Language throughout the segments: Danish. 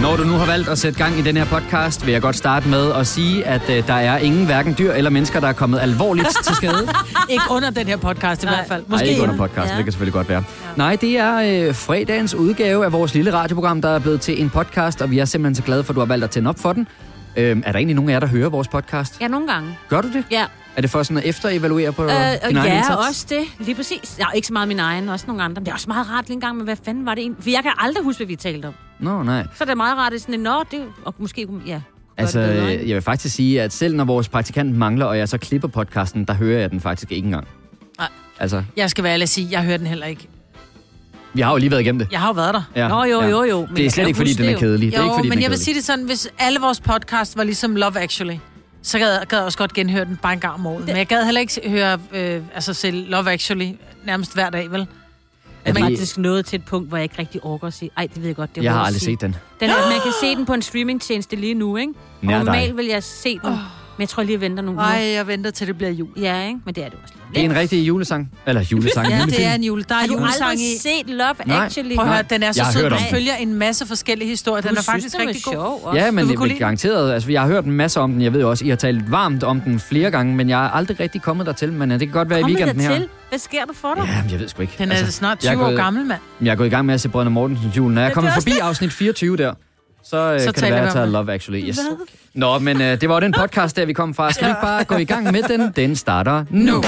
Når du nu har valgt at sætte gang i den her podcast, vil jeg godt starte med at sige, at der er ingen hverken dyr eller mennesker, der er kommet alvorligt til skade. Ikke under den her podcast i hvert fald. Måske ikke under podcasten, det kan selvfølgelig godt være. Nej, det er fredagens udgave af vores lille radioprogram, der er blevet til en podcast, og vi er simpelthen så glade for, at du har valgt at tænde op for den. Er der egentlig nogen af jer, der hører vores podcast? Ja, nogle gange. Gør du det? Ja. Er det for sådan at efterevaluere på din egen indsats? Ja, også det. Lige præcis. Ja, ikke så meget min egen, også nogle andre. Men det er også meget rart lige en gang med, hvad fanden var det egentlig? For jeg kan aldrig huske, hvad vi talte om. Nej. Så er det meget rart, at sådan det og måske, ja. Altså, jeg vil faktisk sige, at selv når vores praktikant mangler, og jeg så klipper podcasten, der hører jeg den faktisk ikke engang. Nej. Altså. Jeg skal være ærlig at sige, jeg hører den heller ikke. Vi har jo lige været igennem det. Jeg har jo været der. Ja. Jo. Det er slet ikke, fordi den er kedelig. Jo, det er ikke, fordi men jeg vil sige det sådan, hvis alle vores podcast var ligesom Love Actually, så gad jeg også godt genhøre den bare en gang om året. Men jeg gad heller ikke høre selv Love Actually nærmest hver dag, vel? Jeg er faktisk nået til et punkt, hvor jeg ikke rigtig orker at sige, ej, det ved jeg godt. Det jeg har aldrig set den. Man kan se den på en streamingtjeneste lige nu, ikke? Normalt vil jeg se den, men jeg tror lige, jeg venter nogle uger. Nej, jeg venter til det bliver jul. Ja, ikke? Men det er det også. Det er en rigtig julesang. Eller julesang. Ja, det er en jule. Der er julesang i. Har du aldrig set Love Actually? Prøv at høre, den er så sød. Den den følger en masse forskellige historier. Den er faktisk rigtig god. Ja, men det er garanteret. Altså, jeg har hørt en masse om den. Jeg ved jo også, I har talt varmt om den flere gange, men jeg er aldrig rigtig kommet dertil. Men det kan godt være i weekenden her. Hvad sker der for dig? Ja, jeg ved sgu ikke. Den er snart 20 år gammel, mand. Jeg er gået i gang med at se Brødrene Mortensens jul. Når jeg kommer forbi afsnit 24 der, så kan det være, at jeg tager Love Actually. Yes. Nå, men det var jo den podcast, der vi kom fra. Skal vi ikke bare gå i gang med den? Den starter nu.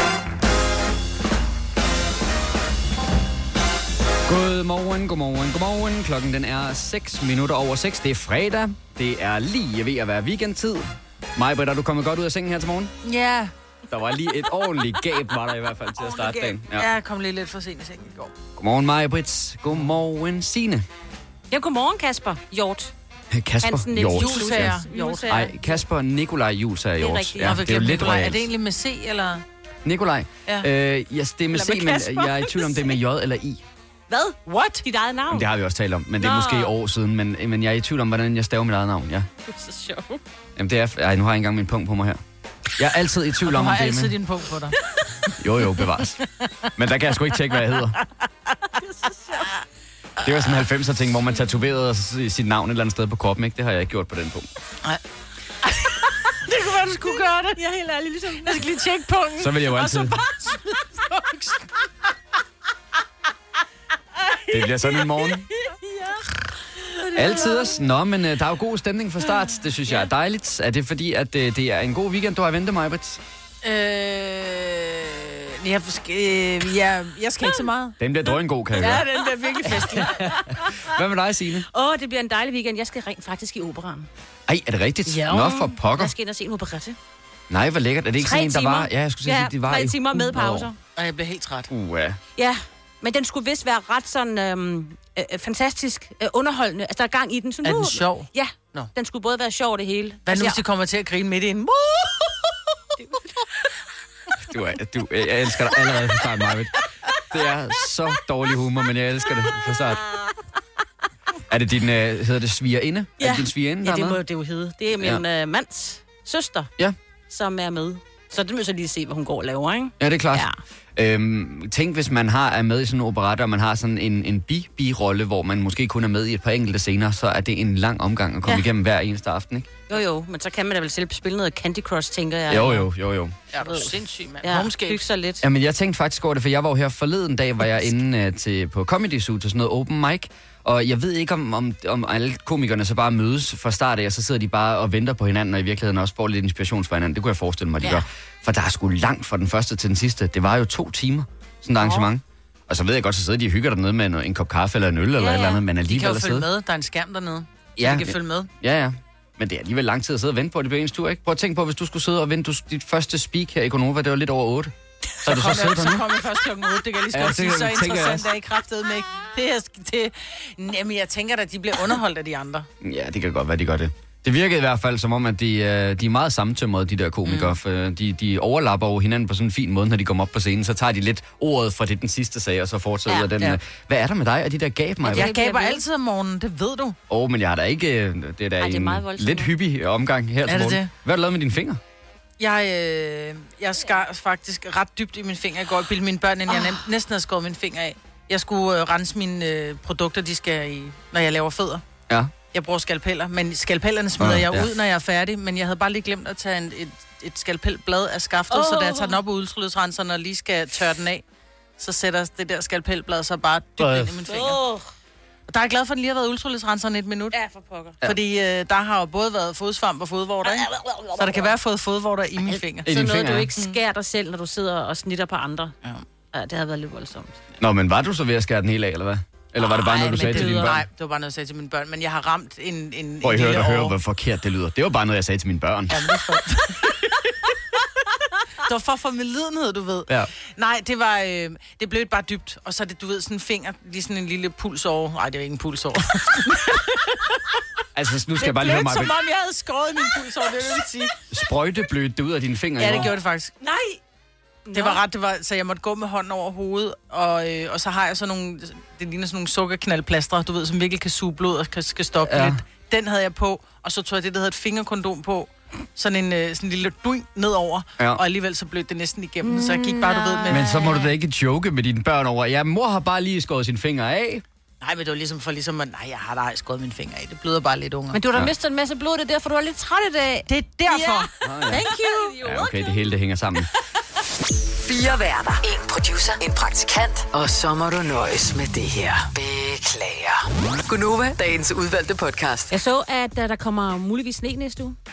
Godmorgen. Klokken den er 6:06. Det er fredag. Det er lige ved at være weekendtid. Maj-Britt, er du kommet godt ud af sengen her til morgen? Ja. Der var lige et ordentligt gab, var der i hvert fald til at starte dagen. Ja, jeg kom lige lidt for sent i sengen i går. Godmorgen, Maj-Britt. Godmorgen, Signe. Ja, godmorgen, Kasper Hjort. Kasper Hansen, Hjort. Julsager. Nej, Kasper Nikolaj Julsager Hjort. Det er det er jo lidt reelt. Er det egentlig med C, eller? Nikolaj? Ja. Yes, det er med C, men jeg er i tvivl om det er med J eller I. Hvad? What? Dit eget navn? Jamen, det har vi også talt om, men det er måske år siden. Men jeg er i tvivl om, hvordan jeg staver mit eget navn, ja. Det er så sjovt. Jamen, det er... Ej, nu har jeg ikke engang min punkt på mig her. Jeg er altid i tvivl om, du om har det er altid med. din punkt på dig. Jo, bevares. Men der kan jeg sgu ikke tjekke, hvad jeg hedder. Det var sådan en 90'er ting, hvor man tatoverede sit navn et eller andet sted på kroppen, ikke? Det har jeg ikke gjort på den punkt. Nej. Det kunne være, du skulle gøre det. Jeg er helt ærlig, ligesom... Jeg skal lige tjekke punkten. Så vil jeg jo altid... Og så bare Det bliver sådan en morgen. Altid. Nå, men der er jo god stemning fra start. Det synes jeg er dejligt. Er det fordi, at det er en god weekend, du har ventet, Maj-Britt? Jeg skal ikke så meget. Den bliver drøngod, kan jeg Ja, høre. den bliver virkelig festlig. Hvad med dig, Signe? Det bliver en dejlig weekend. Jeg skal rent faktisk i operaen. Ej, er det rigtigt? Ja. Nå, for pokker. Jeg skal ind og se en operette. Nej, hvor lækkert. Er det ikke sådan en, der var... Ja, jeg skulle sige, de var 3 timer med pauser. Og jeg bliver helt træt. Ja, men den skulle vist være ret sådan fantastisk underholdende. Altså, der er gang i den. Sådan, er den sjov? Ja, den skulle både være sjov det hele. Hvad nu, hvis de kommer til at grine midt i en... Jeg elsker dig allerede fra start, Marvitt. Det er så dårlig humor, men jeg elsker det fra start. Er det din, hedder det svigerinde? Ja, er det din svigerinde, det må det jo hedde. Det er min mands søster, som er med. Så det må jeg så lige se, hvad hun går og laver, ikke? Ja, det er klart. Ja. Tænk, hvis man er med i sådan en operette, og man har sådan en bi-rolle, hvor man måske kun er med i et par enkelte scener, så er det en lang omgang at komme igennem hver eneste aften, ikke? Jo, men så kan man da vel selv spille noget Candy Crush, tænker jeg. Jo. Ja, du er sindssyg, mand. Ja, hygge sig lidt. Jamen, jeg tænkte faktisk over det, for jeg var jo her forleden dag, var jeg inde på Comedy Zoo til sådan noget open mic, og jeg ved ikke, om alle komikerne så bare mødes fra start af, og så sidder de bare og venter på hinanden, og i virkeligheden også får lidt inspiration fra hinanden. Det kunne jeg forestille mig, de gør. For der er sgu langt fra den første til den sidste. Det var jo 2 timer, sådan et arrangement. Og så ved jeg godt, så sidder de og hygger dernede med en kop kaffe eller en øl eller et eller andet, men alligevel de kan jo følge med. Der er en skærm dernede, så de kan følge med. Ja. Men det er alligevel lang tid at sidde og vente på, at det bliver ens tur, ikke? Prøv at tænke på, hvis du skulle sidde og vente dit første speak her i Gonova, det var lidt over 8. Så kom jeg først klokken 8, det kan jeg lige så godt sige. Så interessant er I kraftedeme med ikke. Jamen, jeg tænker at de bliver underholdt af de andre. Ja, det kan godt være, de gør det. Det virkede i hvert fald som om, at de er meget sammentømrede, de der komikere. For de overlapper jo hinanden på sådan en fin måde, når de kommer op på scenen. Så tager de lidt ordet fra det, den sidste sag, og så fortsætter den. Ja. Hvad er der med dig og de der gab, Maja? Jeg gaber altid om morgenen, det ved du. Men jeg har da ikke... Det er da en lidt hyppig omgang her til morgen. Hvad har du lavet med dine fingre? Jeg skar faktisk ret dybt i mine fingre i går. Jeg bildte mine børn ind, jeg næsten havde skåret mine fingre af. Jeg skulle rense mine produkter, de skal i, når jeg laver fødder. Ja. Jeg bruger skalpeller, men skalpellerne smider jeg ud, når jeg er færdig. Men jeg havde bare lige glemt at tage et skalpelblad af skaftet, så da jeg tager den op af ultralydsrenseren og lige skal tørre den af, så sætter det der skalpelblad så bare dybt ind i min finger. Og der er jeg glad for, at den lige har været ultralydsrenseren 1 minut. Ja, for pokker. Fordi der har jo både været fodsvamp og fodvorter, ikke? Så der kan være fået fodvorter i mine fingre. Så noget, du ikke skærer dig selv, når du sidder og snitter på andre. Ja, det har været lidt voldsomt. Nå, men var du så ved at skære den helt af, eller hvad? Eller var det bare noget, du sagde til dine børn? Nej, det var bare noget, jeg sagde til mine børn. Men jeg har ramt en Prøv at høre, hvor forkert det lyder. Det var bare noget, jeg sagde til mine børn. Ja, det var for medlidenhed, du ved. Ja. Nej, det blev bare dybt. Og så er det, du ved, sådan en finger, lige sådan en lille pulsår. Nej, det er ikke en pulsår. Altså, nu skal jeg bare lige høre mig. Det blev som om, jeg havde skåret min pulsår, det vil jeg sige. Sprøjteblødte det ud af dine fingre? Ja, det gjorde det faktisk. Nej! Det var ret, så jeg måtte gå med hånden over hovedet, og så har jeg sådan nogle, det ligner sådan nogle sukkerknaldplastre, du ved, som virkelig kan suge blod og skal stoppe lidt. Den havde jeg på, og så tog jeg det, der hedder et fingerkondom på, sådan en lille duing nedover, og alligevel så blev det næsten igennem, så jeg gik bare, du ved, med... Men så må du da ikke joke med dine børn over, ja, mor har bare lige skåret sine fingre af. Nej, men det var ligesom at, nej, jeg har da skåret mine fingre af, det bløder bare lidt, unger. Men du har da mistet en masse blod, det er derfor, du er lidt træt i dag. Det er derfor. Yeah. Thank you. Ja, okay, det hele det hænger sammen. 4 værter, 1 producer, en praktikant, og så må du nøjes med det her. Beklager. Gunova, dagens udvalgte podcast. Jeg så, at der kommer muligvis sne næste uge.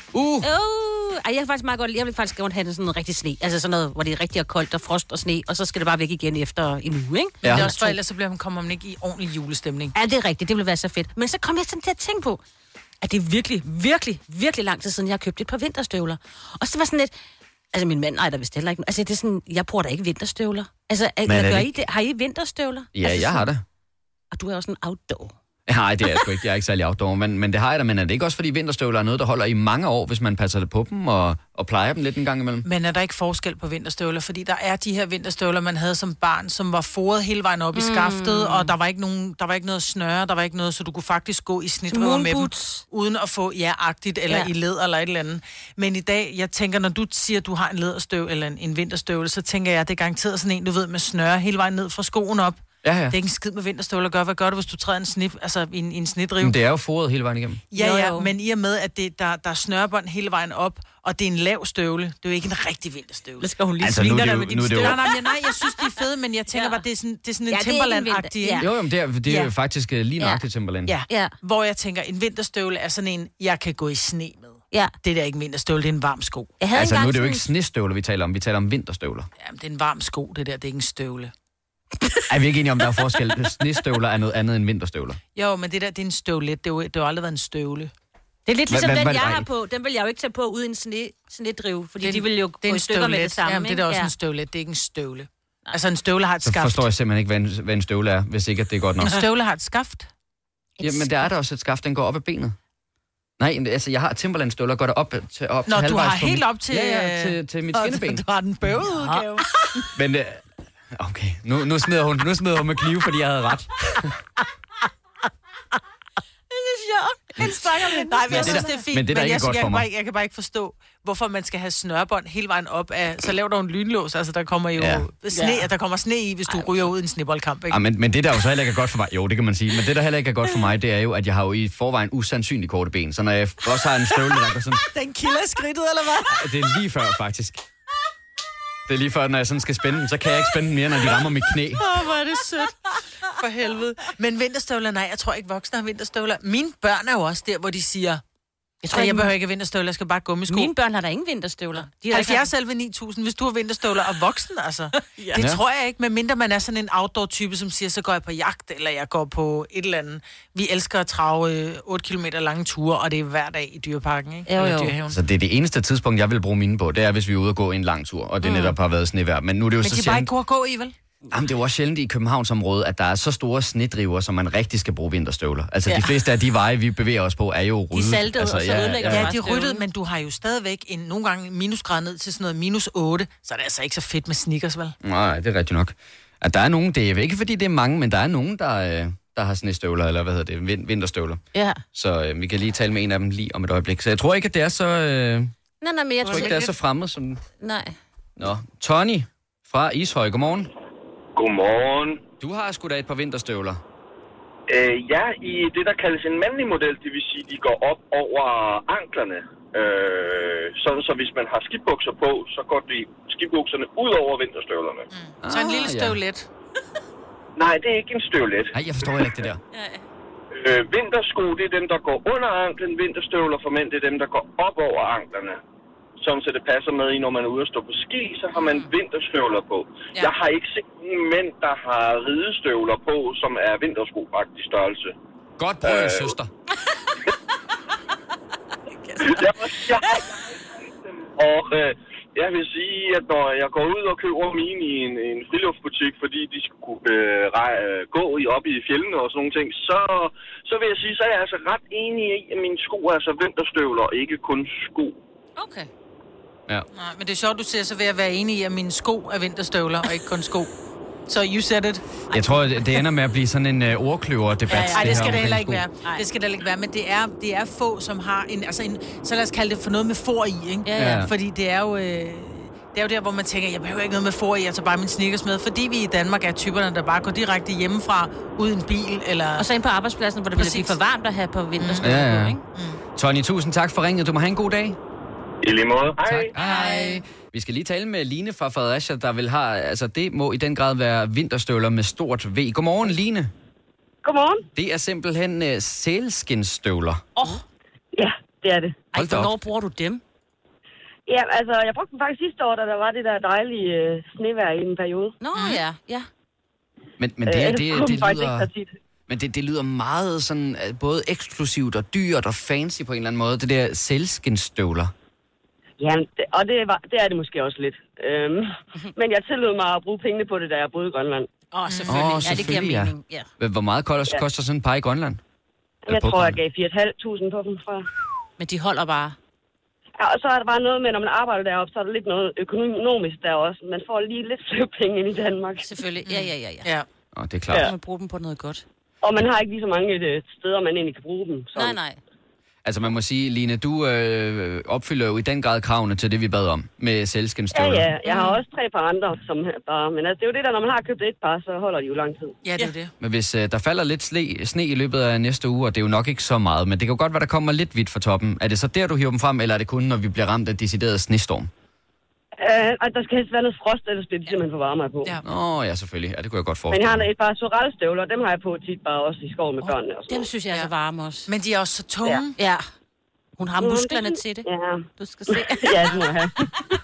Jeg kan faktisk meget godt, jeg vil faktisk godt have sådan noget rigtig sne. Altså sådan noget, hvor det er rigtig koldt og frost og sne, og så skal det bare væk igen efter en uge, ikke? Ja. Det er også for, ellers så kommer man ikke i ordentlig julestemning. Ja, det er rigtigt. Det ville være så fedt. Men så kom jeg sådan til at tænke på, at det er virkelig, virkelig, virkelig lang tid siden, jeg har købt et par vinterstøvler. Og så var sådan lidt... Altså, min mand ejer der vist heller ikke. Altså, det er sådan, jeg bruger da ikke vinterstøvler. Altså, har I vinterstøvler? Ja, altså, jeg har det. Og du er også en outdoor. Nej, det er jeg sgu ikke. Jeg er ikke særlig outdoor, men det har jeg da. Men er det ikke også, fordi vinterstøvler er noget, der holder i mange år, hvis man passer det på dem og plejer dem lidt en gang imellem? Men er der ikke forskel på vinterstøvler? Fordi der er de her vinterstøvler, man havde som barn, som var foret hele vejen op i skaftet, og der var ikke noget snøre, der var ikke noget, så du kunne faktisk gå i snitdriver med dem, uden at få agtigt eller i læder eller et eller andet. Men i dag, jeg tænker, når du siger, at du har en læderstøv eller en vinterstøvle, så tænker jeg, at det er garanteret sådan en, du ved, med snøre hele vejen ned fra skoen op. Ja. Det er ikke en skid med vinterstøvler at gøre. Hvad gør du, hvis du træder i en snitdrive? Men det er jo foret hele vejen igennem. Ja, men i og med, at der er snørebånd hele vejen op, og det er en lav støvle, det er jo ikke en rigtig vinterstøvle. Det skal hun lige altså, svine dig med din støvle. Nej, jeg synes, de er fede, men jeg tænker bare, det er sådan en Timberland-agtig. Ja. Jo, men det er jo faktisk lige nøjagtigt Timberland. Ja, hvor jeg tænker, en vinterstøvle er sådan en, jeg kan gå i sne med. Ja. Det der er ikke en vinterstøvle, det er en varm sko. Altså, nu er det jo ikke snestøvler, vi taler om vinterstøvler. Jamen, det er en varm sko, det er ikke en støvle. Er vi ikke enige om, der er forskel? Snestøvler er noget andet end vinterstøvler. Jo, men det er en støvlet. Det har aldrig været en støvle. Det er lidt ligesom den, jeg har på. Den vil jeg jo ikke tage på uden en snedrive, fordi de vil jo gå i stykker med det samme. Jamen, det er også en støvlet. Det er ikke en støvle. Altså, en støvle har et skaft. Så forstår jeg simpelthen ikke, hvad en støvle er, hvis ikke at det er godt nok. En støvle har et skaft. Jamen, der er der også et skaft, den går op ad benet. Nej, altså, jeg har Timberland-støvler, går der op til halvvejs. Nå, du har helt op til... Ja, til mit skinneben. Du har den bøvede udgave. Men okay, nu smider hun med knive, fordi jeg havde ret. Nej, men jeg synes, det er fint. Men det er ikke godt for mig. Jeg kan bare ikke forstå, hvorfor man skal have snørebånd hele vejen op af... Så lav der en lynlås, altså der kommer jo der kommer sne i, hvis du ryger ud i en sneboldkamp, ikke? Ja, men det der jo så heller ikke er godt for mig... Jo, det kan man sige. Men det der heller ikke er godt for mig, det er jo, at jeg har jo i forvejen usandsynligt korte ben. Så når jeg også har en støvle, der går sådan... Den kilder skridtet, eller hvad? Det er lige før, faktisk. Det er lige før, når jeg sådan skal spænde dem, så kan jeg ikke spænde dem mere, når de rammer mit knæ. Hvor er det sødt. For helvede. Men vinterstøvler, nej, jeg tror ikke voksne har vinterstøvler. Mine børn er jo også der, hvor de siger, jeg behøver ikke vinterstøvler, jeg skal bare gummisko. Mine børn har da ingen vinterstøvler. 70-9000, hvis du har vinterstøvler og voksen, altså. Det tror jeg ikke, medmindre man er sådan en outdoor-type, som siger, så går jeg på jagt, eller jeg går på et eller andet. Vi elsker at trave 8 kilometer lange ture, og det er hver dag i dyreparken, ikke? Jo. Så det er det eneste tidspunkt, jeg vil bruge mine på, det er, hvis vi er ude og gå en lang tur, og det netop har været snevejr. Men nu er det jo så de bare ikke kunne gå i, vel? Jamen, det er jo også sjældent i Københavnsområdet, at der er så store snedriver, som man rigtig skal bruge vinterstøvler. Altså, de fleste af de veje, vi bevæger os på, er jo ryddet. De saltede, altså, og så ødelægger de er ryddet, men du har jo stadigvæk nogle gange minusgrad ned til sådan noget -8, så er det altså ikke så fedt med sneakers, vel? Nej, det er rigtigt nok. At der er nogen, det er ikke fordi det er mange, men der er nogen, der har snestøvler, eller hvad hedder det, vinterstøvler. Ja. Så vi kan lige tale med en af dem lige om et øjeblik. Så jeg tror ikke, at det er så... Nej, men jeg tror ikke, det er så fremmed som... Nej. Nå, Tony fra Ishøj, godmorgen. Godmorgen. Du har sgu da et par vinterstøvler. Ja, i det, der kaldes en mandlig model, det vil sige, de går op over anklerne. Sådan så hvis man har skibukser på, så går de skibukserne ud over vinterstøvlerne. Så en lille støvlet. Nej, det er ikke en støvlet. Nej, jeg forstår ikke det der. Vintersko, det er dem, der går under anklen. Vinterstøvler for mænd, det er dem, der går op over anklerne. Sådan så det passer med i, når man er ude og stå på ski, så har man vinterstøvler på. Ja. Jeg har ikke set nogen mænd, der har ridestøvler på, som er vintersko-agtig størrelse. Godt prøvet, søster. Jeg vil sige, at når jeg går ud og køber mine i en friluftsbutik, fordi de skulle gå op i fjellene og sådan nogle ting, så vil jeg sige, så er jeg altså ret enig i, at mine sko er altså vinterstøvler, og ikke kun sko. Okay. Ja. Nej, men det er sjovt, du siger, så vil jeg være enig i, at mine sko er vinterstøvler, og ikke kun sko. Så you said it. Jeg tror, det ender med at blive sådan en ordkløver-debat. Nej, det skal det heller ikke være. Det skal det heller ikke være, men det er få, som har så lad os kalde det for noget med for i, ikke? Ja. Fordi det er jo... Det er jo der, hvor man tænker, jeg behøver ikke noget med for i, jeg tager bare min sneakers med, fordi vi i Danmark er typerne, der bare går direkte hjemmefra, uden bil, eller... Og så ind på arbejdspladsen, hvor det bliver for varmt at have på vinterstøvler, ikke? Tony, tusind tak for ringet. Du må have en god dag. I lige måde. Hej. Hej. Vi skal lige tale med Line fra Fredericia, der vil have... Altså, det må i den grad være vinterstøvler med stort V. Godmorgen, Line. Godmorgen. Det er simpelthen sælskinsstøvler. Ja, det er det. Ej, hvornår bruger du dem? Ja, altså, jeg brugte dem faktisk sidste år, da der var det der dejlige snevejr i en periode. Nå, ja. Men det lyder meget sådan, både eksklusivt og dyrt og fancy på en eller anden måde, det der sælskinsstøvler. Ja, og det er det måske også lidt. Men jeg tillod mig at bruge pengene på det, da jeg boede i Grønland. Selvfølgelig. Ja, det giver mening. Ja. Hvor meget koster sådan et par i Grønland? Jeg tror, jeg gav 4.500 på dem, tror jeg. Men de holder bare. Ja, og så er der bare noget med, når man arbejder deroppe, så er der lidt noget økonomisk der også. Man får lige lidt flere penge ind i Danmark. Selvfølgelig. Ja. Det er klart. Ja. Man bruger dem på noget godt. Og man har ikke lige så mange steder, man egentlig kan bruge dem. Så. Nej. Altså man må sige, Line, du opfylder jo i den grad kravene til det, vi bad om med sælskinsstøvler. Ja, jeg har også 3 par andre, som bare... Men altså, det er jo det der, når man har købt et par, så holder de jo lang tid. Ja, det er det. Men hvis der falder lidt sne i løbet af næste uge, og det er jo nok ikke så meget, men det kan jo godt være, der kommer lidt hvidt fra toppen. Er det så der, du hiver dem frem, eller er det kun, når vi bliver ramt af decideret snestorm? Der skal helst være noget frost, ellers bliver de simpelthen for varme på. Ja, selvfølgelig. Ja, det kunne jeg godt forestille. Men jeg har et par sorelstøvler, dem har jeg på tit bare også i skoven med børnene. Og dem synes jeg er så varme også. Men de er også så tunge. Ja. Hun har musklerne til det. Ja. Du skal se. Ja, det må jeg have.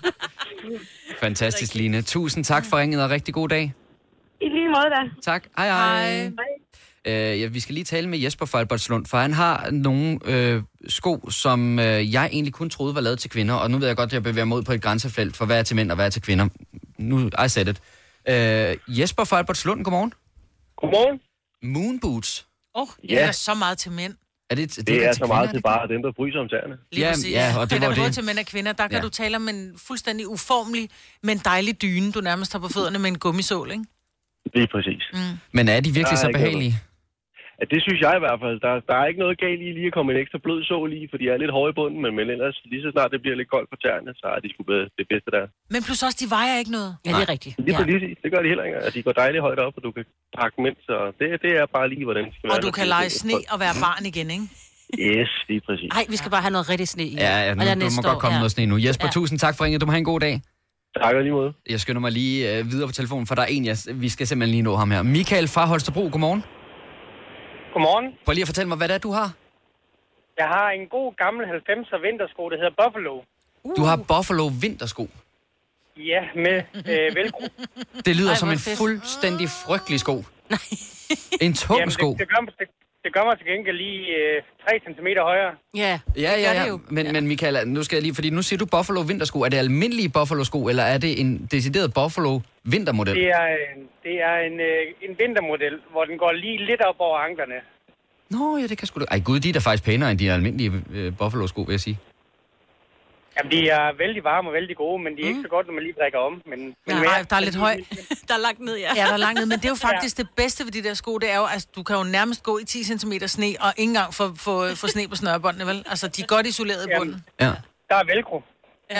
Fantastisk, Line. Tusind tak for ringet, og rigtig god dag. I lige måde da. Tak. Hej. Vi skal lige tale med Jesper fra Albertslund, for han har nogle sko, som jeg egentlig kun troede var lavet til kvinder, og nu ved jeg godt, at jeg bevæger mig ud på et grænsefelt for hvad er til mænd og hvad er til kvinder. Nu I said it. Jesper fra Albertslund, godmorgen. Godmorgen. Moonboots. Det er så meget til mænd. Det er så meget til bare dem, der fryser om tæerne. Ja, og det var det. Både til mænd og kvinder, der kan du tale om en fuldstændig uformelig, men dejlig dyne, du nærmest har på fødderne med en gummisål, ikke? Det er præcis. Men er de virkelig så behagelige? Ja, det synes jeg i hvert fald. Der er ikke noget galt i lige at komme en ekstra blød sål i, for de er lidt hårde i bunden, men ellers lige så snart det bliver lidt koldt på tæerne, så er de sgu det bedste der. Men plus også, de vejer ikke noget. Ja, det er rigtigt. Det gør de heller ikke. De går dejligt højt op, og du kan pakke dem ind, så det er bare lige, hvordan det skal være. Og du kan lege sne og være barn igen, ikke? Yes, lige præcis. Nej, vi skal bare have noget rigtig sne i. Ja, nu må godt komme noget sne nu. Jesper, tusind tak for ringet. Du må have en god dag. Tak lige måde. Jeg skynder mig lige videre på telefonen, for der er en, vi skal simpelthen lige nå ham her. Michael fra Holstebro, godmorgen. Godmorgen. Prøv lige at fortælle mig, hvad det er, du har? Jeg har en god gammel 90'er vintersko, der hedder Buffalo. Du har Buffalo vintersko? Ja, med velcro. Det lyder som en fuldstændig frygtelig sko. Nej. En tung sko. Det gør mig til gengæld lige 3 cm højere. Ja. Men Michael, nu skal jeg lige, fordi nu siger du Buffalo vintersko. Er det almindelige Buffalo sko, eller er det en decideret Buffalo vintermodel? Det er en vintermodel, hvor den går lige lidt op over anklerne. Nå, ja, det kan sgu da. Ej gud, de er da faktisk pænere end de almindelige Buffalo sko, vil jeg sige. Jamen, de er vældig varme og vældig gode, men de er ikke så godt, når man lige drikker om. Men der er lidt højt. Der er langt ned, Ja, der er langt ned, men det er jo faktisk det bedste ved de der sko, det er jo, altså, du kan jo nærmest gå i 10 cm sne, og ikke engang få sne på snørebåndene, vel? Altså, de er godt isoleret i bunden. Ja. Der er velcro. Ja.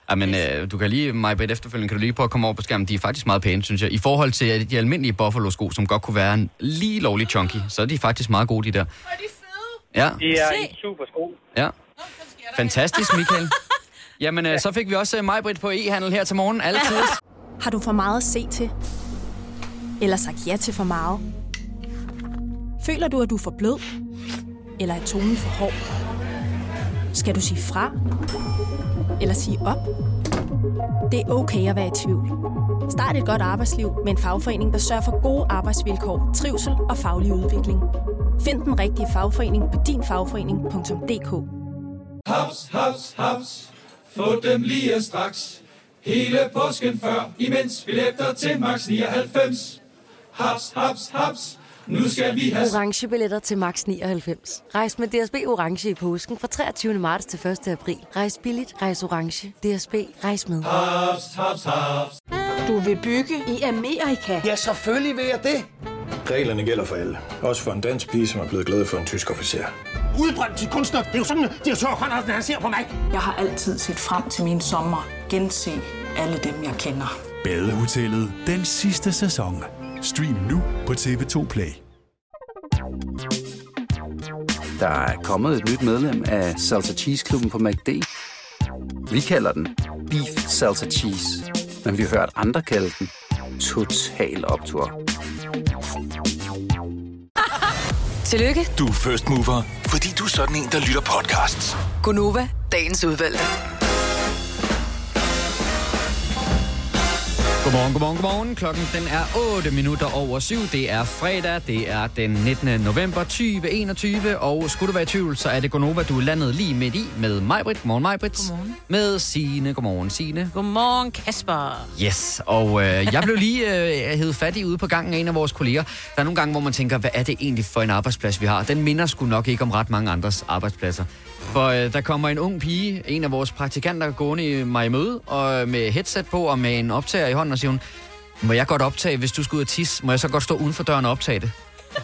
Men du kan lige, Maj-Britt, efterfølgende kan du lige prøve at komme over på skærmen. De er faktisk meget pæne, synes jeg. I forhold til de almindelige Buffalo-sko, som godt kunne være en lige lovlig chunky, så er de faktisk meget gode, de der. Hvor er de fede? Ja. De er en super sko. Ja. Fantastisk, Michael. Jamen, så fik vi også Maj-Britt på e-handel her til morgen. Altid. Har du for meget at se til? Eller sagt ja til for meget? Føler du, at du er for blød? Eller er tonen for hård? Skal du sige fra? Eller sige op? Det er okay at være i tvivl. Start et godt arbejdsliv med en fagforening, der sørger for gode arbejdsvilkår, trivsel og faglig udvikling. Find den rigtige fagforening på dinfagforening.dk. Haps, haps, haps. Få dem lige straks. Hele påsken før, imens billetter til max 99. Haps, haps, haps. Nu skal vi have orange billetter til max 99. Rejs med DSB orange i påsken fra 23. marts til 1. april. Rejs billigt, rejs orange. DSB, rejs med. haps, haps, haps. Du vil bygge i Amerika? Ja, selvfølgelig vil jeg det. Reglerne gælder for alle. Også for en dansk pige, som er blevet glad for en tysk officer. Udbrændt til kunstner. Det er jo sådan, at direktør Conradsen, han ser på mig. Jeg har altid set frem til min sommer. Gense alle dem, jeg kender. Badehotellet den sidste sæson. Stream nu på TV2 Play. Der er kommet et nyt medlem af Salsa Cheese Klubben på McD. Vi kalder den Beef Salsa Cheese, men vi har hørt andre kalde den Total Optur. Tillykke. Du er first mover, fordi du er sådan en, der lytter podcasts. Gunova, dagens udvalgte. Godmorgen. Klokken den er 7:08. Det er fredag. Det er den 19. november 2021. Og skulle du være i tvivl, så er det Gonova, du er landet lige midt i med Maj-Britt. Godmorgen, Maj-Britt. Godmorgen. Med Signe. Godmorgen, Signe. Godmorgen, Kasper. Yes, og jeg blev lige hevet fat i ude på gangen af en af vores kolleger. Der er nogle gange, hvor man tænker, hvad er det egentlig for en arbejdsplads, vi har? Den minder sgu nok ikke om ret mange andres arbejdspladser. For der kommer en ung pige, en af vores praktikanter, gående i mig i møde, og med headset på og med en optager i hånden, og siger hun, må jeg godt optage, hvis du skal ud og tisse? Må jeg så godt stå uden for døren og optage det?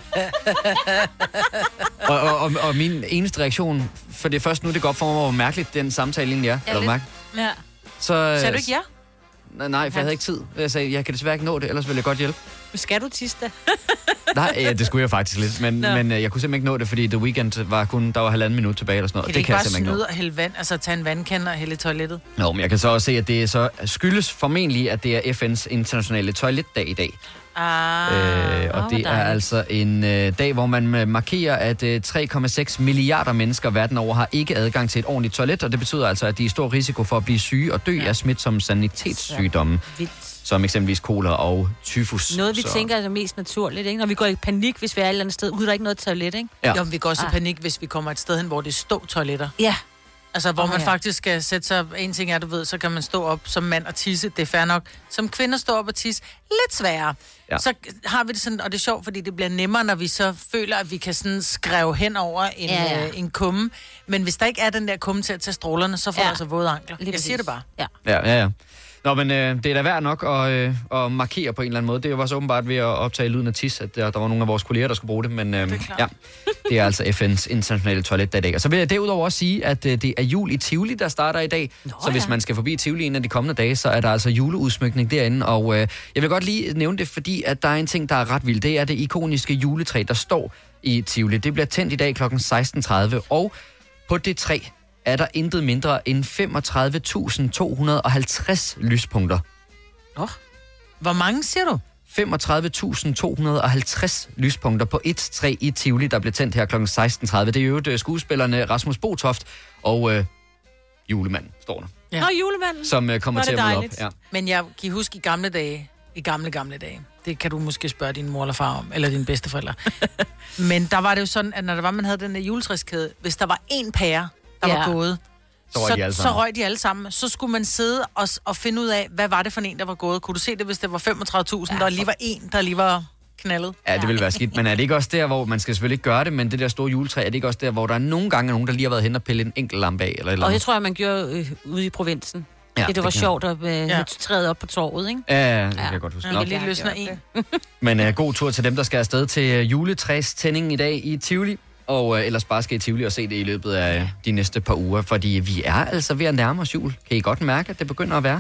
og min eneste reaktion, for det er først nu, det går op for mig, hvor mærkeligt den samtale egentlig er. Ja, lidt. Ja. Så sagde du ikke ja? Nej, for jeg havde ikke tid. Jeg sagde, jeg kan desværre ikke nå det, ellers vil jeg godt hjælpe. Skal du tisse da? Nej, ja, det skulle jeg faktisk lidt, men jeg kunne simpelthen ikke nå det, fordi The Weeknd var kun, der var 1,5 minut tilbage eller sådan noget. Kan det ikke bare snyde og hælde vand, altså tage en vandkande og hælde i toilettet? Nå, men jeg kan så også se, at det så skyldes formentlig, at det er FN's internationale toiletdag i dag. Og det er altså en dag, hvor man markerer, at 3,6 milliarder mennesker verden over har ikke adgang til et ordentligt toilet, og det betyder altså, at de er i stor risiko for at blive syge og dø af smitsomme sanitetssygdomme. Som eksempelvis kolera og tyfus. Noget, vi tænker er mest naturligt, ikke? Når vi går i panik, hvis vi er et eller andet sted, der er ikke noget toilet, ikke? Ja. Jo, vi går også i panik, hvis vi kommer et sted hen, hvor det står toiletter. Ja. Altså, hvor man faktisk skal sætte sig... En ting er, du ved, så kan man stå op som mand og tisse. Det er fair nok. Som kvinder står op og tisse. Lidt sværere. Ja. Så har vi det sådan... Og det er sjovt, fordi det bliver nemmere, når vi så føler, at vi kan sådan skrive hen over en kumme. Men hvis der ikke er den der kumme til at tage strålerne, så får du altså våde ankler. Jeg siger det bare. Ja. Nå, men det er da værd nok at markere på en eller anden måde. Det var så åbenbart ved at optage lyden af tis, at der var nogle af vores kolleger, der skulle bruge det. Men det er altså FN's internationale toiletdag i dag. Og så vil jeg derudover også sige, at det er jul i Tivoli, der starter i dag. Så hvis man skal forbi Tivoli en af de kommende dage, så er der altså juleudsmykning derinde. Og jeg vil godt lige nævne det, fordi at der er en ting, der er ret vild. Det er det ikoniske juletræ, der står i Tivoli. Det bliver tændt i dag kl. 16.30, og på det træ er der intet mindre end 35.250 lyspunkter. Hvor mange siger du? 35.250 lyspunkter på et træ i Tivoli, der blev tændt her kl. 16.30. Det er jo skuespillerne Rasmus Botoft og julemanden, står der. Ja. Og julemanden. Som kommer til at møde op. Ja. Men jeg kan huske i gamle dage, gamle dage, det kan du måske spørge din mor eller far om, eller dine bedsteforældre. Men der var det jo sådan, at når man havde den der juletræskæde, hvis der var en pære, der var gået, så røg de alle sammen. Så skulle man sidde og finde ud af, hvad var det for en, der var gået. Kunne du se det, hvis det var 35.000, der lige var en, der lige var knaldet? Ja, det ville være skidt. Men er det ikke også der, hvor man skal selvfølgelig ikke gøre det, men det der store juletræ, er det ikke også der, hvor der er nogle gange nogen, der lige har været hen og pillet en enkelt lampe af? Eller det tror jeg, man gjorde ude i provinsen. Ja, det var sjovt at træde op på torvet, ikke? Ja, det kan jeg godt huske. Man lige løsner en. Men god tur til dem, der skal afsted til juletræstændingen i dag i Tivoli. og ellers bare skal i Tivoli og se det i løbet af de næste par uger, fordi vi er altså ved at nærme os jul. Kan I godt mærke, at det begynder at være?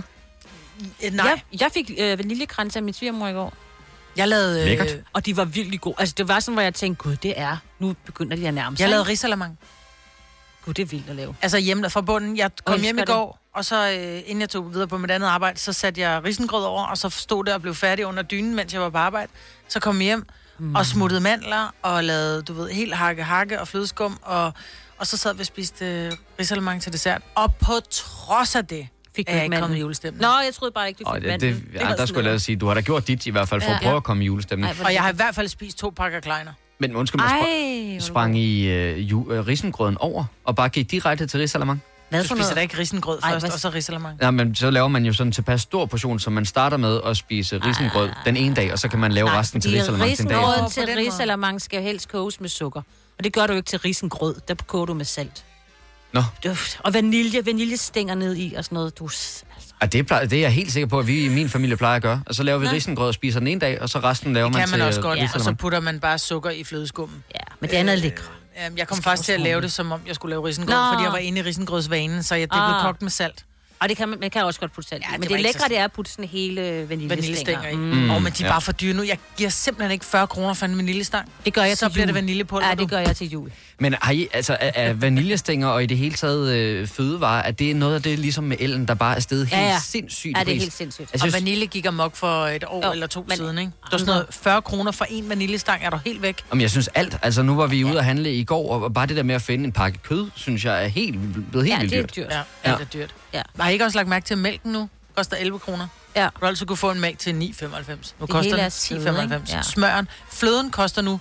Nej. Jeg fik vaniljekranse af min svigermor i går. Jeg lavede... Lækkert. Og de var virkelig gode. Altså, det var sådan, hvor jeg tænkte, gud, det er... Nu begynder de at nærme sig. Jeg lavede risalamande. Gud, det er vildt at lave. Altså hjemme fra bunden. Jeg kom hjem i går, og så inden jeg tog videre på mit andet arbejde, så satte jeg risengrød over, og så stod der og blev færdig under dynen, mens jeg var på arbejde. Så kom jeg hjem og smuttede mandler, og lavede, du ved, helt hakke og flødeskum, og så sad vi og spiste risalamande til dessert. Og på trods af det, fik er jeg ikke kommet i julestemning. Nå, jeg troede bare ikke, du fik manden. Der skulle jeg sige, du har da gjort dit i hvert fald, for at prøve at komme i julestemning. Og jeg har i hvert fald spist 2 pakker kleiner. Men undskyld mig, sprang I risengrøden over, og bare gik direkte til risalamande? Du spiser da ikke risengrød først, og så risalamande? Nej, men så laver man jo sådan en tilpas stor portion, så man starter med at spise risengrød den ene dag, og så kan man lave resten til risalamande den dag. Risengrød til risalamande skal jo helst koges med sukker. Og det gør du jo ikke til risengrød, der koger du med salt. Nå. Og vaniljestænger ned i og sådan noget. Det er jeg helt sikker på, at vi i min familie plejer at gøre. Og så laver vi risengrød og spiser den ene dag, og så resten laver man til... Det kan man også godt, og så putter man bare sukker i flødeskummen. Ja, men det er noget lækre. Jeg kom faktisk til at lave det, som om jeg skulle lave risengrød, fordi jeg var inde i risengrødsvanen, så det blev kogt med salt. Og det kan man kan også godt putte salt i. Ja, men det lækre, det er at putte sådan hele vaniljestænger i. Men de er bare for dyre nu. Jeg giver simpelthen ikke 40 kroner for en vaniljestang. Det gør jeg så bliver det vaniljepulver. Ja, det gør jeg til jul. Men har I, altså, er vaniljestænger og i det hele taget fødevarer, er det noget af det, ligesom med ellen, der bare er stedet helt sindssygt? Ja, det er helt sindssygt. Og vanilje gik amok for et år eller 2 siden, ikke? Der var sådan noget 40 kroner for en vaniljestang, er du helt væk. Jamen, jeg synes alt. Altså, nu var vi ude at handle i går, og bare det der med at finde en pakke kød, synes jeg er blevet helt vildt dyrt. Ja, det er dyrt. Ja. Har I ikke også lagt mærke til, at mælken nu koster 11 kroner? Ja. Du altså kunne få en mælk til 9,95. Nu koster den 10,95. Ja. Smøren. Fløden koster nu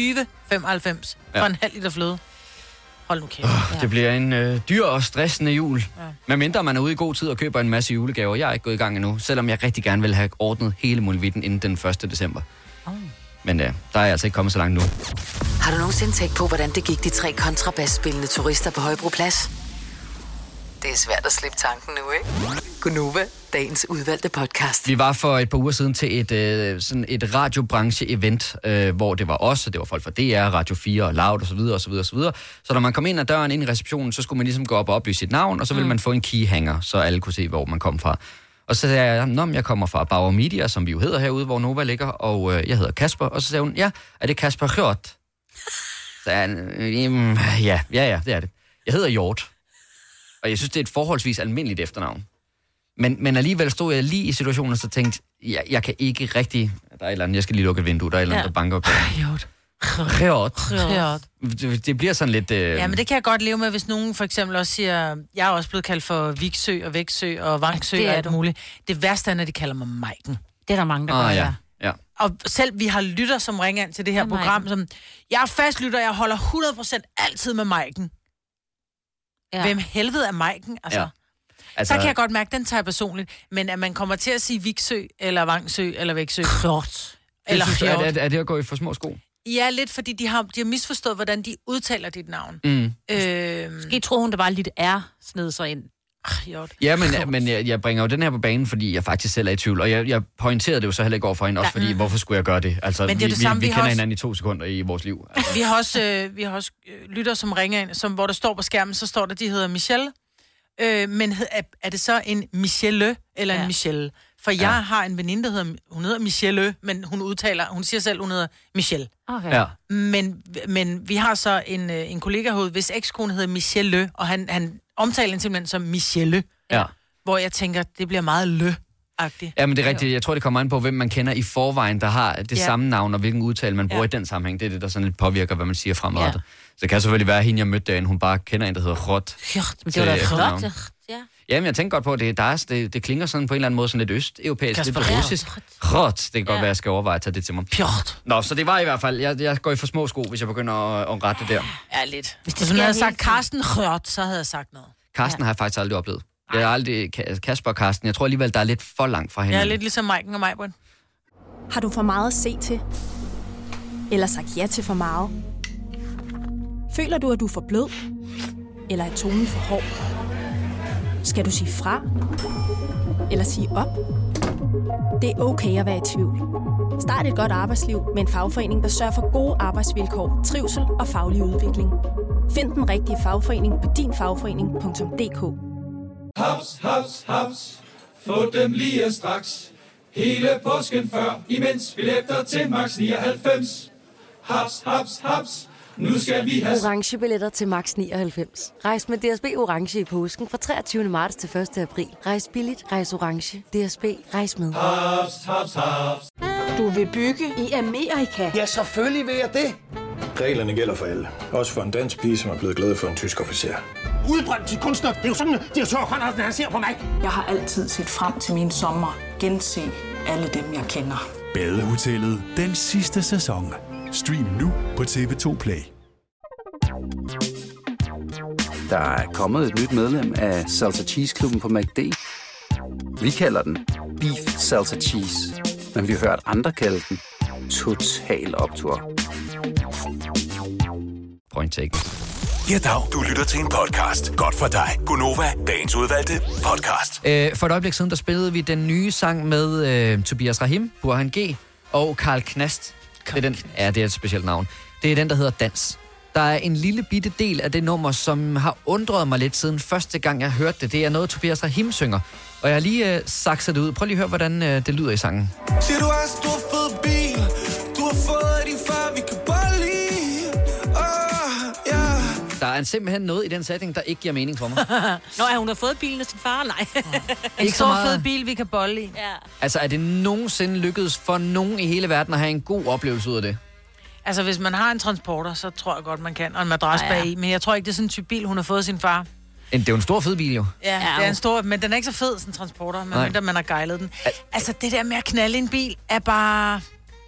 20,95 for en halv liter fløde. Hold nu kæft. Det bliver en dyr og stressende jul. Ja. Men mindre man er ude i god tid og køber en masse julegaver. Jeg er ikke gået i gang endnu, selvom jeg rigtig gerne vil have ordnet hele muligheden inden den 1. december. Men der er jeg altså ikke kommet så langt nu. Har du nogensinde tænkt på, hvordan det gik de 3 kontrabasspillende turister på Højbroplads? Det er svært at slippe tanken nu, ikke? Gunova, dagens udvalgte podcast. Vi var for et par uger siden til et radiobranche-event, hvor det var os, og det var folk fra DR, Radio 4 og Loud og så videre, og så videre, og så videre. Så når man kom ind ad døren ind i receptionen, så skulle man ligesom gå op og oplyse sit navn, og så ville man få en keyhanger, så alle kunne se, hvor man kom fra. Og så sagde jeg, jeg kommer fra Bauer Media, som vi jo hedder herude, hvor Nova ligger, og jeg hedder Kasper. Og så sagde hun, ja, er det Kasper Hjort? Så ja, det er det. Jeg hedder Hjort. Og jeg synes, det er et forholdsvis almindeligt efternavn. Men alligevel stod jeg lige i situationen, og så tænkte, jeg kan ikke rigtig... Der er et eller andet, jeg skal lige lukke et vindue, der er et eller andet, der banker på. Hjort. Det bliver sådan lidt... Ja, men det kan jeg godt leve med, hvis nogen for eksempel også siger... Jeg er også blevet kaldt for Viksø og Væksø og Vangsø og alt muligt. Det værste er, når de kalder mig Maiken. Det er der mange, der gør, ja. Og selv vi har lytter, som ringer ind til det her program, som... Jeg er fastlytter, jeg holder 100% altid med Maiken. Ja. Hvem helvede er Maiken? Altså, så kan jeg godt mærke, den tager jeg personligt. Men at man kommer til at sige Viksø, eller Vangsø, eller Væksø. Klart. Eller er det at gå i for små sko? Ja, lidt, fordi de har misforstået, hvordan de udtaler dit navn. Måske tror hun, der bare lidt sned sig ind. Ja, men jeg bringer jo den her på banen, fordi jeg faktisk selv er i tvivl. Og jeg pointerede det jo så heller ikke over for hende, også fordi, hvorfor skulle jeg gøre det? Altså, men det er det samme, vi kender hinanden i 2 sekunder i vores liv. Altså. Vi har også lytter, som ringer ind, hvor der står på skærmen, så står der, de hedder Michelle. Men er det så en Michelle eller en Michelle? For jeg har en veninde, der hedder Michelle, men hun siger selv, hun hedder Michelle. Okay. Ja. Men vi har så en kollega herude, hvis ekskone hedder Michelle, og han omtaler hende simpelthen som Michelle. Ja. Hvor jeg tænker, det bliver meget lø-agtigt. Ja, men det er rigtigt. Jeg tror, det kommer an på, hvem man kender i forvejen, der har det samme navn, og hvilken udtale man bruger i den sammenhæng. Det er det, der sådan lidt påvirker, hvad man siger fremadrettet. Så det kan selvfølgelig være, at hende, jeg mødte derinde, hun bare kender en, der hedder Rot. Men det var da Rot. Ja, men jeg tænker godt på, at det klinger sådan på en eller anden måde sådan lidt østeuropæisk, lidt russisk. Rot, det kan godt være, at jeg skal overveje at tage det til mig. Pjort. Nå, så det var i hvert fald, jeg går i for små sko, hvis jeg begynder at rette det der. Ja, lidt. Hvis hun havde sagt Carsten Rot, så havde jeg sagt noget. Carsten har jeg faktisk aldrig oplevet. Jeg har aldrig Kasper og Carsten. Jeg tror alligevel, der er lidt for langt fra hinanden. Jeg er lidt ligesom Maiken og Majbrit. Har du for meget at se til? Eller sagt ja til for meget? Føler du, at du er for blød? Eller er tonen for hård? Skal du sige fra? Eller sige op? Det er okay at være i tvivl. Start et godt arbejdsliv med en fagforening, der sørger for gode arbejdsvilkår, trivsel og faglig udvikling. Find den rigtige fagforening på dinfagforening.dk. Haps, haps, haps. Få dem lige straks. Hele påsken før, imens billetter til max 99. Haps, haps, haps. Nu skal vi have orange billetter til max 99. Rejs med DSB orange i påsken fra 23. marts til 1. april. Rejs billigt, rejs orange. DSB, rejs med. haps, haps, haps. Du vil bygge i Amerika? Ja, selvfølgelig vil jeg det. Reglerne gælder for alle. Også for en dansk pige, som er blevet glad for en tysk officer. Udbrændt til kunstner. Det er jo sådan, at direktør Conradsen, han ser på mig. Jeg har altid set frem til min sommer. Gense alle dem, jeg kender. Badehotellet den sidste sæson. Stream nu på TV2 Play. Der er kommet et nyt medlem af Salsa Cheese Klubben på McD. Vi kalder den Beef Salsa Cheese, men vi har hørt andre kalde den Total Optur. Point taken. Ja, dag. Du lytter til en podcast. Godt for dig. Gunova, dagens udvalgte podcast. For et øjeblik siden, der spillede vi den nye sang med Tobias Rahim, Burhan G. og Karl Knast. Det er et specielt navn. Det er den, der hedder Dans. Der er en lille bitte del af det nummer, som har undret mig lidt siden første gang, jeg hørte det. Det er noget, Tobias Rahim synger. Og jeg har lige sakset det ud. Prøv lige at høre, hvordan det lyder i sangen. Siger du har en stor fed bil. Du har fået din far, vi kan bare lide. Der er simpelthen noget i den sætning, der ikke giver mening for mig. Nå, er hun har fået bilen af sin far? Nej. En stor fed bil, vi kan bolle i. Ja. Altså, er det nogensinde lykkedes for nogen i hele verden at have en god oplevelse ud af det? Altså, hvis man har en transporter, så tror jeg godt, man kan. Og en madras bag i. Men jeg tror ikke, det er sådan en type bil, hun har fået af sin far. Det er jo en stor fed bil, jo. Ja, det er en stor, men den er ikke så fed, sådan en transporter, men man har gejlet den. Altså, det der med at knalde en bil er bare...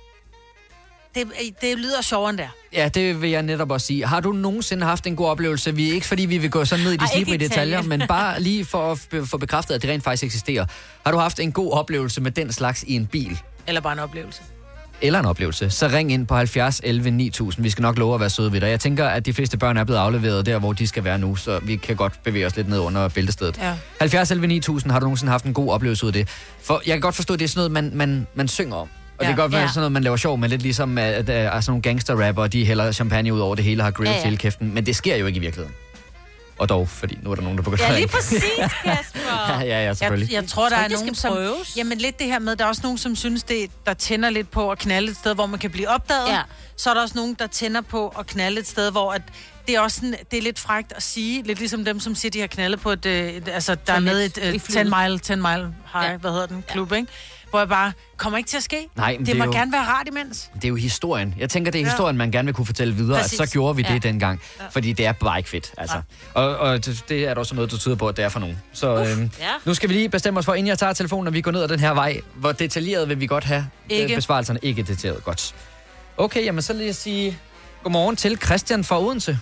Det lyder sjovere end der. Ja, det vil jeg netop også sige. Har du nogensinde haft en god oplevelse? Vi er ikke, fordi vi vil gå sådan ned i de slibrige detaljer, men bare lige for at få bekræftet, at det rent faktisk eksisterer. Har du haft en god oplevelse med den slags i en bil? Eller bare en oplevelse. Eller en oplevelse, så ring ind på 70 11 9000. Vi skal nok love at være søde ved dig. Jeg tænker, at de fleste børn er blevet afleveret der, hvor de skal være nu, så vi kan godt bevæge os lidt ned under bæltestedet. Ja. 70 11 9000, har du nogensinde haft en god oplevelse ud af det? For jeg kan godt forstå, at det er sådan noget, man synger om. Og det kan godt være sådan noget, man laver sjov med, lidt ligesom at sådan nogle gangster-rapper, de hælder champagne ud over det hele, har grillet til kæften. Men det sker jo ikke i virkeligheden. Og dog, fordi nu er der nogen, der begynder at... Ja, lige præcis, Kasper. ja, selvfølgelig. Jeg tror, der er nogen, som... Jamen lidt det her med, der er også nogen, som synes, der tænder lidt på at knalde et sted, hvor man kan blive opdaget. Ja. Så er der også nogen, der tænder på at knalde et sted, hvor at det er også sådan, det er lidt frækt at sige, lidt ligesom dem, som siger, de har knaldet på altså der er med et 10 mile high, hvad hedder den, klub, ikke? Hvor jeg bare, kommer ikke til at ske. Nej, det må gerne være rart imens. Det er jo historien. Jeg tænker, det er historien, man gerne vil kunne fortælle videre, præcis. At så gjorde vi det dengang. Ja. Fordi det er bare ikke fedt, altså. Ja. Og det er der også noget, du tyder på, at det er for nogen. Så nu skal vi lige bestemme os for, inden jeg tager telefonen, og vi går ned ad den her vej. Hvor detaljeret vil vi godt have besvarelserne? Ikke detaljeret, godt. Okay, jamen så lige at sige godmorgen til Christian fra Odense.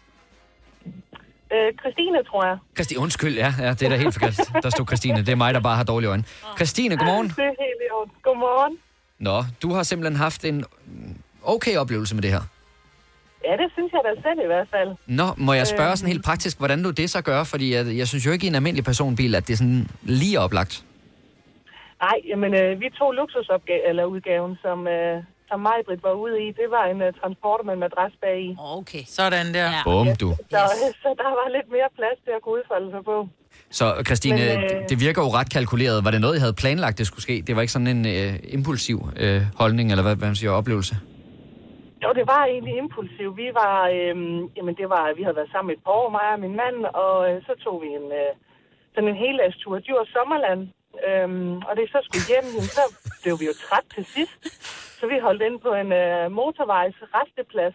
Christine, tror jeg. Christine, undskyld, ja, det er da helt forkert. Der stod Christine. Det er mig, der bare har dårlige øjne. Christine, godmorgen. Det er helt i orden. Godmorgen. Nå, du har simpelthen haft en okay oplevelse med det her. Ja, det synes jeg da selv i hvert fald. Nå, må jeg spørge sådan helt praktisk, hvordan du det så gør? Fordi jeg synes jo ikke i en almindelig personbil, at det er sådan lige oplagt. Nej, jamen vi tog luksusudgaven, som Maj-Brit var ude i. Det var en transporter med en madras bag i. Okay, sådan der. Ja. Bum, du. Så der var lidt mere plads til at kunne udfolde sig på. Så Christine, det virker jo ret kalkuleret. Var det noget, I havde planlagt, det skulle ske? Det var ikke sådan en impulsiv holdning, eller hvad man siger, oplevelse? Jo, det var egentlig impulsiv. Vi var, vi havde været sammen et par år, mig og min mand, og så tog vi sådan en heldagstur. Det var Sommerland, og det så skulle hjem, så blev vi jo træt til sidst. Så vi holdt inde på en motorvejs resteplads.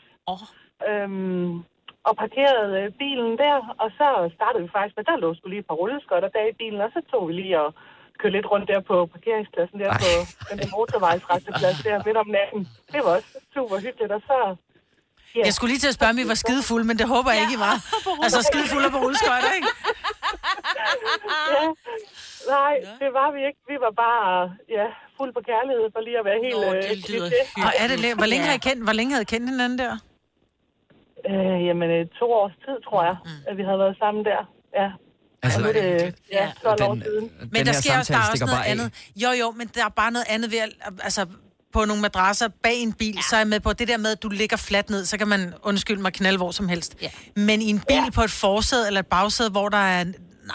Og parkerede bilen der, og så startede vi faktisk med, der lå sgu lige et par rulleskotter bag i bilen, og så tog vi lige og kørte lidt rundt der på parkeringspladsen der på den motorvejsresteplads der midt om natten. Det var også super hyggeligt, og så... Ja. Jeg skulle lige til at spørge, om I var skidefulde, men det håber jeg ikke, I var. Altså skidefulde på rulleskøjter, ikke? Ja. Nej, det var vi ikke. Vi var bare fuld på kærlighed for lige at være helt... Og er det hvor længe havde I kendt hinanden der? 2 års tid, tror jeg, at vi havde været sammen der. Ja. Altså, Nu er det 12 år siden. Men der sker også, der er også noget andet. Jo, men der er bare noget andet ved, altså på nogle madrasser bag en bil, så er jeg med på det der med, at du ligger fladt ned, så kan man undskylde mig knalde hvor som helst. Ja. Men i en bil på et forsæde eller et bagsæde, hvor der er,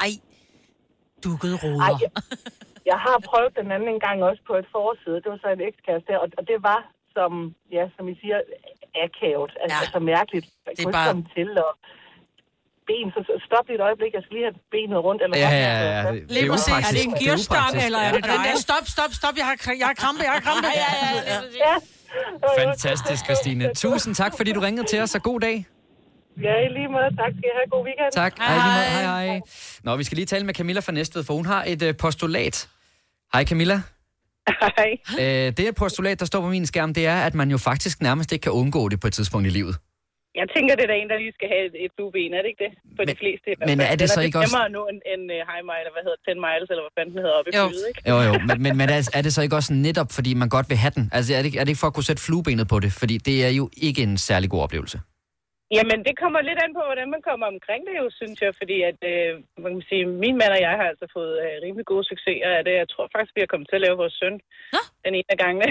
dukkede ruder. Jeg har prøvet den anden gang også på et forsæde. Det var så et ekskæreste der, og det var som I siger, akavet. Altså så mærkeligt. Jeg kunne ikke komme til, og ben, så stop lige et øjeblik, jeg skal lige have benet rundt. Eller Ja. Det er upraktisk. Er det en gearstang, eller er det dig? Stop, jeg har krampe. Ja. Fantastisk, Christine. Tusind tak, fordi du ringede til os, og god dag. Ja, i lige måde. Tak, skal I have. God weekend. Tak. Hej. Nå, vi skal lige tale med Camilla fra Næstved, for hun har et postulat. Hej, Camilla. Hej. Det er et postulat, der står på min skærm, det er, at man jo faktisk nærmest ikke kan undgå det på et tidspunkt i livet. Jeg tænker, det er der en, der lige skal have et flueben, er det ikke det? For de fleste. Men er det så ikke også... Det er nemmere nu end high mile, eller hvad hedder 10 miles, eller hvad fanden den hedder oppe i flyet, ikke? Jo. Men er det så ikke også netop, fordi man godt vil have den? Altså, er det ikke for at kunne sætte fluebenet på det? Fordi det er jo ikke en særlig god oplevelse. Jamen, det kommer lidt an på, hvordan man kommer omkring det jo, synes jeg, fordi at, man kan sige, min mand og jeg har altså fået rimelig gode succeser af det. Jeg tror faktisk, vi har kommet til at lave vores søn den ene af gangene.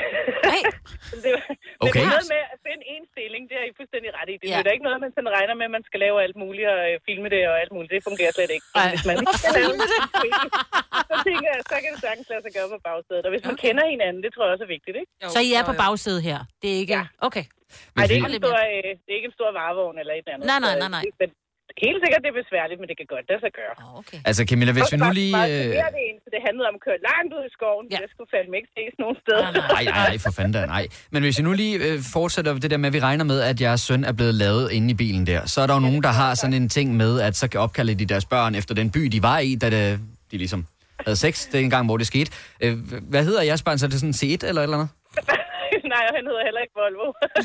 Men det er noget med at finde en stilling, det er I fuldstændig ret i. Det er da ikke noget, man sådan regner med, at man skal lave alt muligt og filme det og alt muligt. Det fungerer slet ikke. Hvis man ikke skal lave det, så tænker jeg, så kan det sagtens lade sig gøre på bagsædet. Og hvis man kender hinanden, det tror jeg også er vigtigt, ikke? Så I er på bagsædet her? Det er ikke... Okay. Nej, det er ikke en stor varevogn eller et eller andet. Nej. Men helt sikkert, det er besværligt, men det kan godt lade sig gøre. Okay. Altså, Camilla, hvis vi nu lige... Det handlede om at køre langt ud i skoven, så det skulle fandme ikke ses nogen steder. Nej, for fanden da, nej. Men hvis vi nu lige fortsætter det der med, at vi regner med, at jeres søn er blevet lavet inde i bilen der, så er der jo nogen, der har sådan en ting med, at så kan opkalde de deres børn efter den by, de var i, da de ligesom havde sex. Det er en gang, hvor det skete. Hvad hedder jeres barn? Så er det sådan C1 eller et eller andet? Nej, han hedder heller ikke Volvo.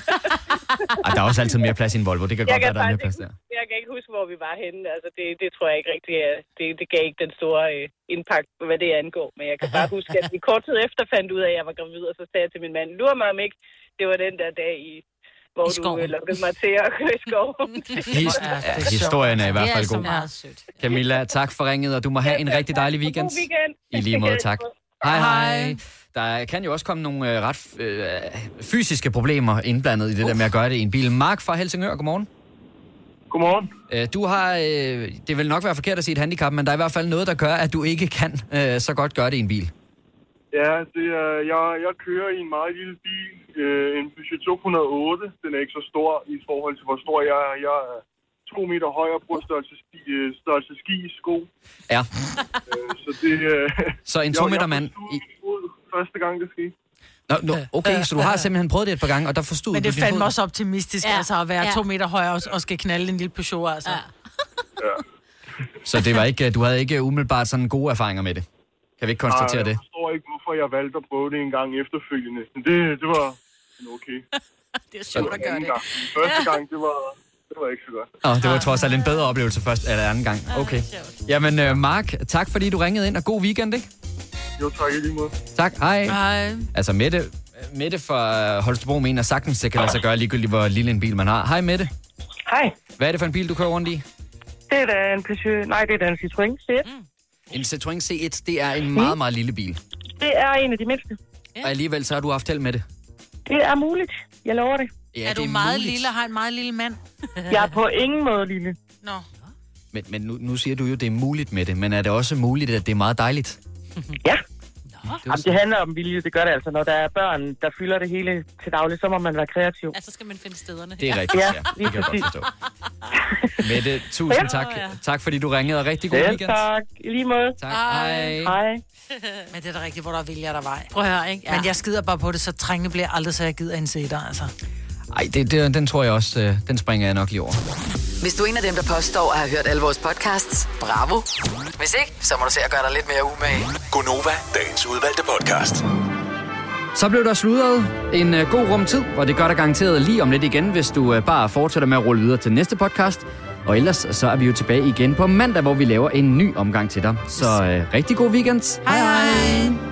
Der er også altid mere plads i en Volvo. Det kan godt være, der er mere plads der. Jeg kan ikke huske, hvor vi var henne. Altså, det tror jeg ikke rigtig. Det gav ikke den store impact, hvad det angår. Men jeg kan bare huske, at vi kort tid efter fandt ud af, at jeg var gravid, og så sagde jeg til min mand, lurer mig om ikke, det var den der dag hvor du lukkede mig til at køre i skoven. Historien er i hvert fald god. Camilla, tak for ringet, og du må have en rigtig dejlig weekend. God weekend. I lige måde, tak. Hej. Der kan jo også komme nogle ret fysiske problemer indblandet i det der med at gøre det i en bil. Mark fra Helsingør, godmorgen. Godmorgen. Du har, det vil nok være forkert at sige et handicap, men der er i hvert fald noget, der gør, at du ikke kan så godt gøre det i en bil. Ja, det er, jeg kører i en meget lille bil, en Peugeot 208. Den er ikke så stor i forhold til, hvor stor jeg er. Jeg er 2 meter høj og bruger størrelse ski-sko. Ja. Så en 2 meter mand... Første gang, det skete. Okay, så du har simpelthen prøvet det et par gange, og der forstod du... Men det er fandme også optimistisk, altså at være 2 meter høj og skal knalde en lille Peugeot, altså. Ja. Så det var ikke, du havde ikke umiddelbart sådan gode erfaringer med det? Kan vi ikke konstatere det? Jeg forstår ikke, hvorfor jeg valgte at prøve det en gang efterfølgende. Men det var okay. Det er sjovt at gøre det. Første gang, det var ikke så godt. Det var trods alt en bedre oplevelse første eller anden gang. Okay. Jamen, Mark, tak fordi du ringede ind, og god weekend, ikke? Jo, tak i lige måde. Tak, hej. Altså, Mette fra Holstebro mener sagtens, det kan lade sig gøre ligegyldigt, hvor lille en bil man har. Hej, Mette. Hej. Hvad er det for en bil, du kører rundt i? Det er da en Peugeot... Nej, det er da en Citroën C1. En Citroën C1, det er en meget, meget lille bil. Det er en af de mindste. Og alligevel så har du haft held med det. Det er muligt. Jeg lover det. Ja, er du meget lille og har en meget lille mand? Jeg er på ingen måde lille. Nå. Men nu siger du jo, det er muligt med det, men er det også muligt, at det er meget dejligt? Ja. Jamen, det handler om vilje, det gør det altså. Når der er børn, der fylder det hele til daglig, så må man være kreativ. Ja, så skal man finde stederne. Det er rigtigt, ja. Det kan jeg godt forstå. Mette, tusind tak. Tak fordi du ringede, og rigtig god weekend. Tak, i lige måde. Tak, hej. Men det er da rigtigt, hvor der er vilje, der vej. Prøv at høre, ikke? Ja. Men jeg skider bare på det, så trængende bliver aldrig, så jeg gider en sætter, altså. Ej, den tror jeg også, den springer jeg nok lige over. Hvis du er en af dem, der påstår at have hørt alle vores podcasts, bravo. Hvis ikke, så må du se at gøre dig lidt mere umage. Gonova, dagens udvalgte podcast. Så blev der sludret en god rum tid, og det gør der garanteret lige om lidt igen, hvis du bare fortsætter med at rulle videre til næste podcast. Og ellers så er vi jo tilbage igen på mandag, hvor vi laver en ny omgang til dig. Så rigtig god weekend. Hej hej.